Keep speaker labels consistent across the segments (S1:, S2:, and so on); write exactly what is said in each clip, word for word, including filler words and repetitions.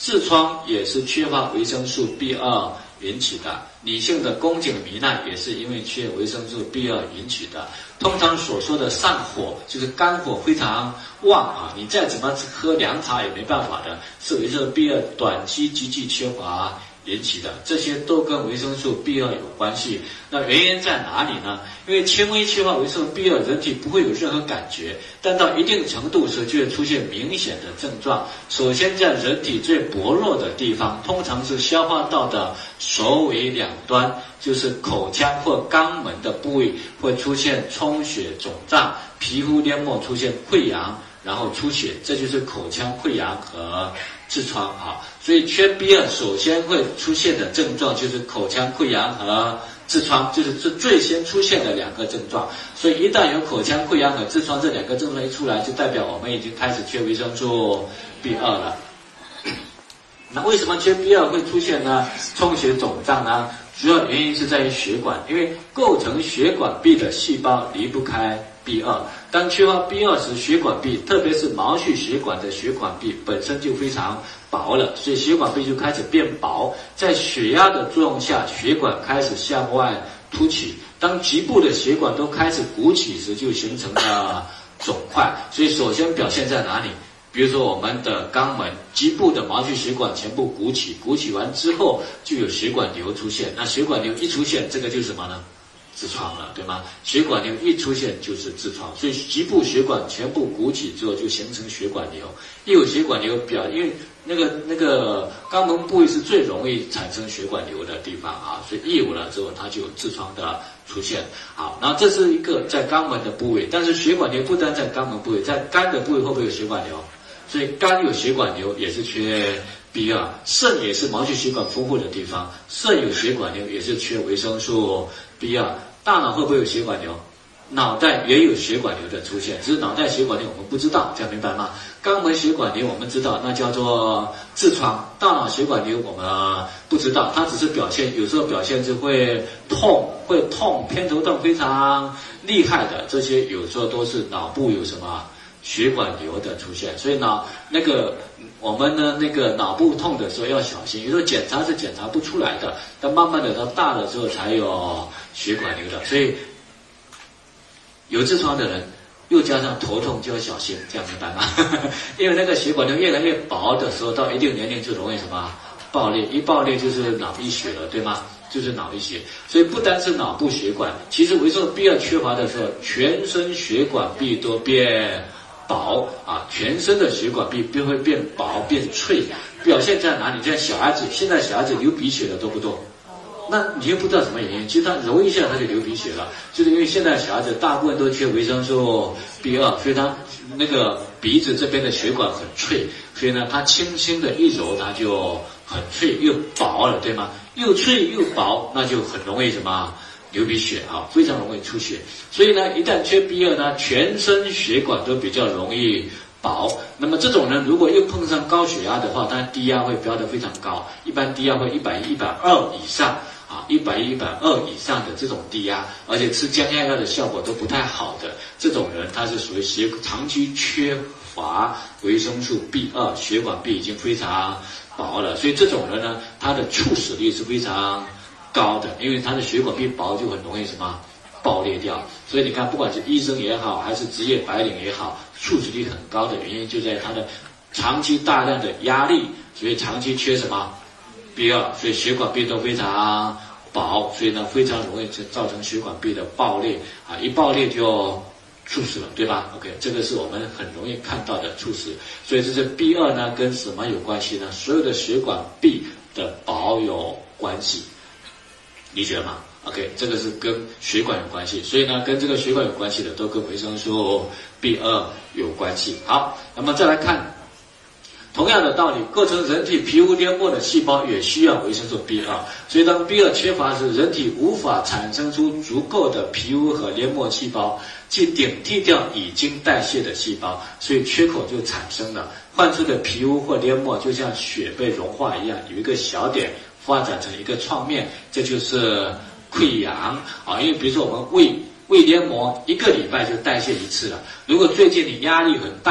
S1: 痔疮也是缺乏维生素 B 二 引起的，女性的宫颈糜烂也是因为缺维生素 B 二 引起的。通常所说的上火就是肝火非常旺啊，你再怎么喝凉茶也没办法的，是维生素 B 二 短期急剧缺乏引起的，这些都跟维生素 B 二 有关系。那原因在哪里呢？因为轻微缺乏维生素 B 二，人体不会有任何感觉，但到一定程度时就会出现明显的症状。首先在人体最薄弱的地方，通常是消化道的首尾两端，就是口腔或肛门的部位会出现充血肿胀，皮肤黏膜出现溃疡，然后出血，这就是口腔溃疡和痔疮啊。所以缺 B 二 首先会出现的症状就是口腔溃疡和痔疮，就是这最先出现的两个症状。所以一旦有口腔溃疡和痔疮这两个症状一出来，就代表我们已经开始缺维生素 B 二 了。那为什么缺 B 二 会出现呢？充血肿胀呢？主要原因是在于血管，因为构成血管壁的细胞离不开 B 二。当缺乏 B 二 时，血管壁，特别是毛细血管的血管壁本身就非常薄了，所以血管壁就开始变薄。在血压的作用下，血管开始向外凸起。当局部的血管都开始鼓起时，就形成了肿块。所以首先表现在哪里？比如说我们的肛门局部的毛细血管全部鼓起，鼓起完之后就有血管瘤出现。那血管瘤一出现，这个就是什么呢？痔疮了，对吗？血管瘤一出现就是痔疮，所以局部血管全部鼓起之后就形成血管瘤。一有血管瘤表，因为那个那个肛门部位是最容易产生血管瘤的地方啊，所以一有了之后，它就有痔疮的出现。好，然后这是一个在肛门的部位，但是血管瘤不单在肛门部位，在肝的部位会不会有血管瘤？所以肝有血管瘤也是缺 B 二， 肾也是毛细血管丰富的地方，肾有血管瘤也是缺维生素 B 二。大脑会不会有血管瘤？脑袋也有血管瘤的出现，只是脑袋血管瘤我们不知道，这样明白吗？肛门血管瘤我们知道，那叫做痔疮。大脑血管瘤我们不知道，它只是表现，有时候表现是会痛，会痛，偏头痛非常厉害的，这些有时候都是脑部有什么血管瘤的出现。所以呢，那个我们呢那个脑部痛的时候要小心，有时候检查是检查不出来的，但慢慢的到大了之后才有血管瘤的。所以有痔疮的人又加上头痛就要小心，这样明白吗？因为那个血管瘤越来越薄的时候，到一定年龄就容易什么爆裂，一爆裂就是脑溢血了，对吗？就是脑溢血。所以不单是脑部血管，其实维生素 B 二 缺乏的时候，全身血管壁都变薄啊，全身的血管壁都会变薄变脆。表现在哪里？在小孩子，现在小孩子流鼻血的多不多？那你又不知道什么原因，其实他揉一下他就流鼻血了，就是因为现在小孩子大部分都缺维生素 B 二， 所以他那个鼻子这边的血管很脆，所以呢他轻轻的一揉它就很脆又薄了，对吗？又脆又薄，那就很容易什么流鼻血啊，非常容易出血。所以呢一旦缺 B 二 呢，全身血管都比较容易薄。那么这种人如果又碰上高血压的话，当然低压会飙得非常高，一般低压会一百一、一百二以上啊，一百一、一百二以上的这种低压，而且吃降压药的效果都不太好的这种人，他是属于血长期缺乏维生素 B 二， 血管壁已经非常薄了，所以这种人呢，他的猝死率是非常高的，因为他的血管壁薄就很容易什么爆裂掉。所以你看，不管是医生也好，还是职业白领也好，猝死率很高的原因就在他的长期大量的压力，所以长期缺什么 B 二， 所以血管壁都非常薄，所以呢非常容易造成血管壁的爆裂啊，一爆裂就猝死了，对吧 ？OK， 这个是我们很容易看到的猝死。所以这是 B 二 呢跟什么有关系呢？所有的血管壁的薄有关系，理解了吗？OK， 这个是跟血管有关系，所以呢，跟这个血管有关系的都跟维生素 B 二 有关系。好，那么再来看，同样的道理，构成人体皮肤黏膜的细胞也需要维生素 B 二， 所以当 B 二 缺乏时，人体无法产生出足够的皮肤和黏膜细胞，去顶替掉已经代谢的细胞，所以缺口就产生了。换出的皮肤或黏膜就像雪被融化一样，有一个小点发展成一个创面，这就是溃疡啊。因为比如说我们胃胃黏膜一个礼拜就代谢一次了，如果最近你压力很大，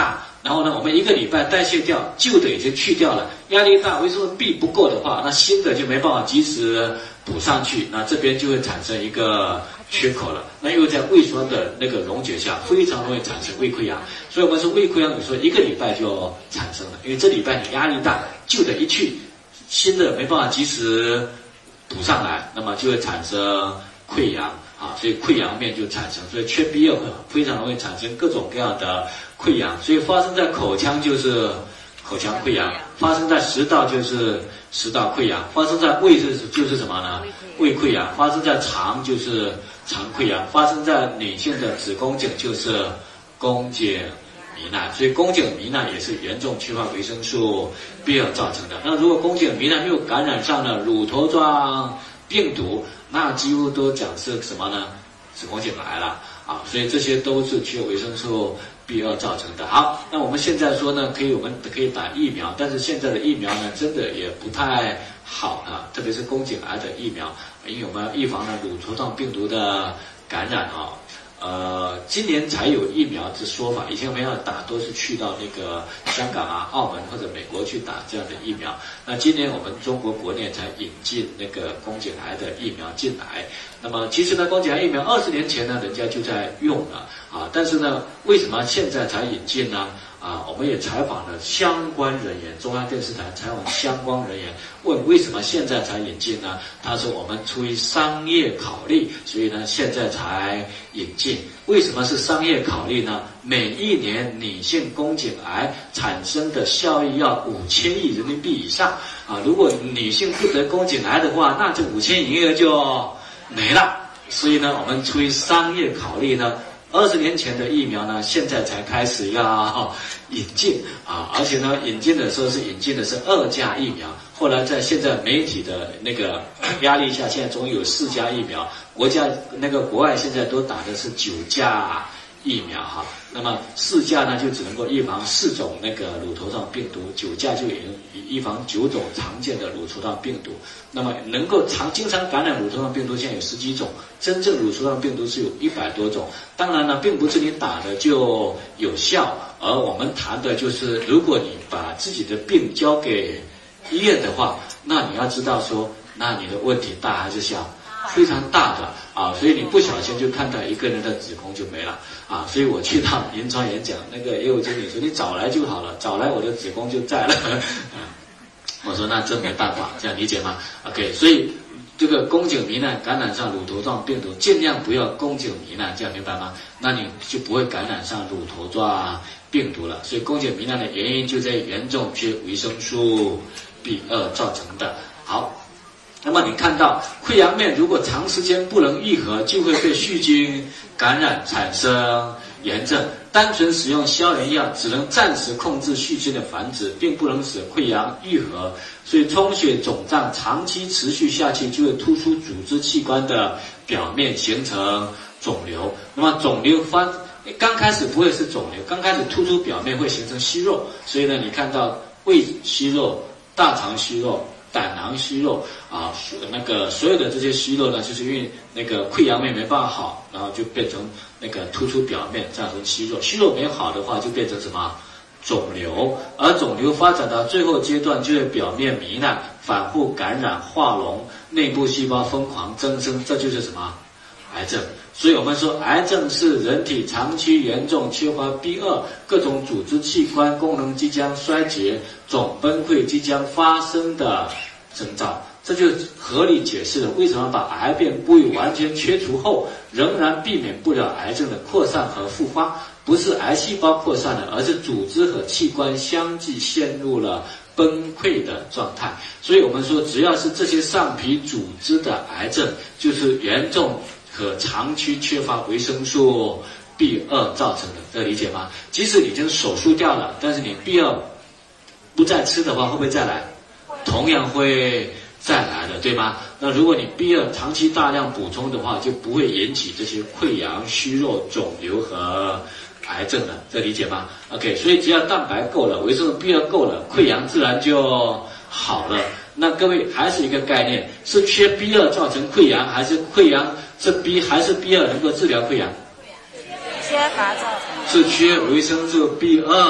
S1: 然后呢，我们一个礼拜代谢掉旧的已经去掉了，压力大，维生素 B 不够的话，那新的就没办法及时补上去，那这边就会产生一个缺口了。那又在胃酸的那个溶解下，非常容易产生胃溃疡。所以我们说胃溃疡，有时候一个礼拜就产生了，因为这礼拜你压力大，旧的一去，新的没办法及时补上来，那么就会产生溃疡啊，所以溃疡面就产生，所以缺 B 二 会非常容易产生各种各样的溃疡，所以发生在口腔就是口腔溃疡，发生在食道就是食道溃疡，发生在胃是就是什么呢？胃溃疡，发生在肠就是肠溃疡，发生在女性的子宫颈就是宫颈糜烂，所以宫颈糜烂也是严重缺乏维生素 B 二 造成的。那如果宫颈糜烂又感染上了乳头状病毒，那几乎都讲是什么呢？子宫颈癌了啊！所以这些都是缺维生素 B 二 造成的。好，那我们现在说呢，可以我们可以打疫苗，但是现在的疫苗呢，真的也不太好啊，特别是宫颈癌的疫苗，因为我们要预防呢乳头状病毒的感染啊。呃，今年才有疫苗的说法，以前我们要打都是去到那个香港啊、澳门或者美国去打这样的疫苗。那今年我们中国国内才引进那个宫颈癌的疫苗进来。那么其实呢，宫颈癌疫苗二十年前呢，人家就在用了啊，但是呢，为什么现在才引进呢？啊，我们也采访了相关人员，中央电视台采访相关人员，问为什么现在才引进呢？他说我们出于商业考虑，所以呢现在才引进。为什么是商业考虑呢？每一年女性宫颈癌产生的效益要五千亿人民币以上啊！如果女性不得宫颈癌的话，那这五千亿营业额就没了。所以呢，我们出于商业考虑呢。二十年前的疫苗呢，现在才开始要引进啊，而且呢，引进的时候是引进的是二价疫苗，后来在现在媒体的那个压力下，现在终于有四价疫苗，国家那个国外现在都打的是九价疫苗哈，那么四价呢就只能够预防四种那个乳头状病毒，九价就能预防九种常见的乳头状病毒。那么能够常经常感染乳头状病毒现在有十几种，真正乳头状病毒是有一百多种。当然呢，并不是你打的就有效，而我们谈的就是如果你把自己的病交给医院的话，那你要知道说，那你的问题大还是小？非常大的啊，所以你不小心就看到一个人的子宫就没了啊，所以我去到临床演讲，那个业务经理说你早来就好了，早来我的子宫就在了。我说那真没办法，这样理解吗 ？OK， 所以这个宫颈糜烂感染上乳头状病毒，尽量不要宫颈糜烂，这样明白吗？那你就不会感染上乳头状病毒了。所以宫颈糜烂的原因就在严重缺维生素 B 二 造成的。好。那么你看到溃疡面如果长时间不能愈合，就会被细菌感染产生炎症。单纯使用消炎药只能暂时控制细菌的繁殖，并不能使溃疡愈合。所以充血肿胀长期持续下去，就会突出组织器官的表面，形成肿瘤。那么肿瘤发刚开始不会是肿瘤，刚开始突出表面会形成息肉。所以呢，你看到胃息肉、大肠息肉、胆囊息肉啊，那个所有的这些息肉呢，就是因为那个溃疡面没办法好，然后就变成那个突出表面，造成息肉。息肉没好的话，就变成什么肿瘤，而肿瘤发展到最后阶段，就会表面糜烂、反复感染、化脓、内部细胞疯狂增生，这就是什么癌症。所以我们说，癌症是人体长期严重缺乏 B 二， 各种组织器官功能即将衰竭、总崩溃即将发生的征兆。这就合理解释了为什么把癌变部位完全切除后，仍然避免不了癌症的扩散和复发。不是癌细胞扩散了，而是组织和器官相继陷入了崩溃的状态。所以我们说，只要是这些上皮组织的癌症，就是严重和长期缺乏维生素 B 二 造成的，这理解吗？即使你已经手术掉了，但是你 B 二 不再吃的话，会不会再来？同样会再来的，对吗？那如果你 B 二 长期大量补充的话，就不会引起这些溃疡、息肉、肿瘤和癌症了，这理解吗 ？OK， 所以只要蛋白够了，维生素 B 二 够了，溃疡自然就好了。那各位还是一个概念，是缺 B 二 造成溃疡，还是溃疡是 B 还是 B 二 能够治疗溃疡？
S2: 缺乏造成。
S1: 是缺维生素 B 二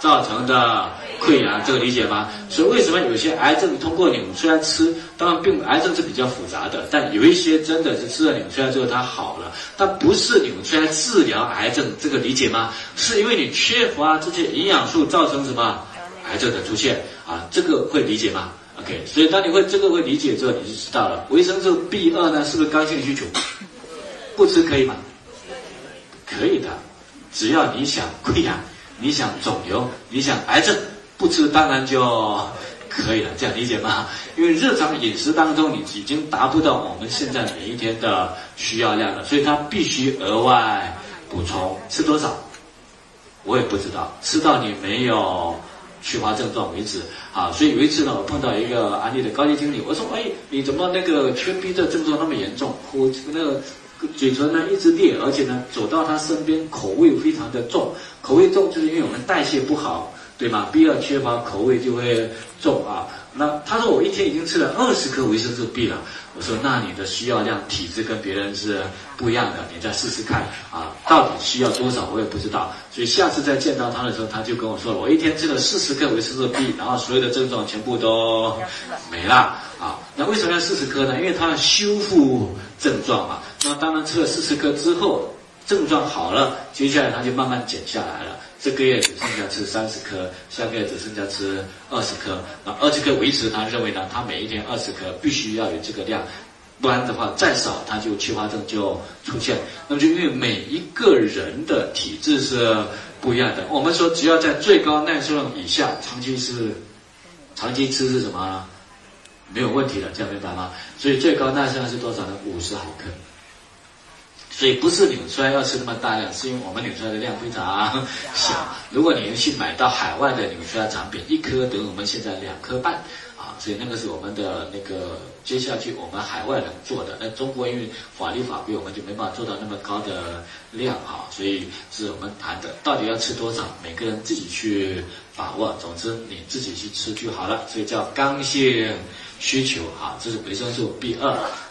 S1: 造成的溃疡，这个理解吗？所以为什么有些癌症通过纽崔莱吃，当然病癌症是比较复杂的，但有一些真的是吃了纽崔莱之后它好了，但不是纽崔莱治疗癌症，这个理解吗？是因为你缺乏这些营养素造成什么癌症的出现啊？这个会理解吗 ？OK， 所以当你会这个会理解之后，你就知道了。维生素 B 二 呢，是不是刚性需求？不吃可以吗？可以的，只要你想溃疡，你想肿瘤，你想癌症，不吃当然就可以了，这样理解吗？因为日常饮食当中你已经达不到我们现在每一天的需要量了，所以它必须额外补充。吃多少？我也不知道，吃到你没有缺乏症状为止啊。所以有一次呢，我碰到一个安利的高级经理，我说：“哎，你怎么那个缺 B 的症状那么严重？我那个。”嘴唇呢一直裂，而且呢走到他身边口味非常的重，口味重就是因为我们代谢不好，对吗 ？B 二 缺乏口味就会重啊。那他说我一天已经吃了二十颗维生素 B 了，我说那你的需要量体质跟别人是不一样的，你再试试看啊，到底需要多少我也不知道。所以下次再见到他的时候，他就跟我说了，我一天吃了四十颗维生素 B， 然后所有的症状全部都没了啊。那为什么要四十颗呢？因为它要修复症状嘛。那当然吃了四十颗之后，症状好了，接下来它就慢慢减下来了。这个月只剩下吃三十颗，下个月只剩下吃二十颗。那二十颗维持，他认为呢，他每一天二十颗必须要有这个量，不然的话再少他就缺乏症就出现。那么就因为每一个人的体质是不一样的，我们说只要在最高耐受量以下，长期是长期吃是什么呢？没有问题的，这样明白吗？所以最高耐受量是多少呢？五十毫克。所以不是纽崔莱要吃那么大量，是因为我们纽崔莱的量非常小。如果你去买到海外的纽崔莱产品，一颗等于我们现在两颗半啊，所以那个是我们的那个接下去我们海外能做的。那中国因为法律法规，我们就没办法做到那么高的量啊，所以是我们谈的到底要吃多少，每个人自己去把握。总之你自己去吃就好了，所以叫刚性需求啊，这是维生素 B 二。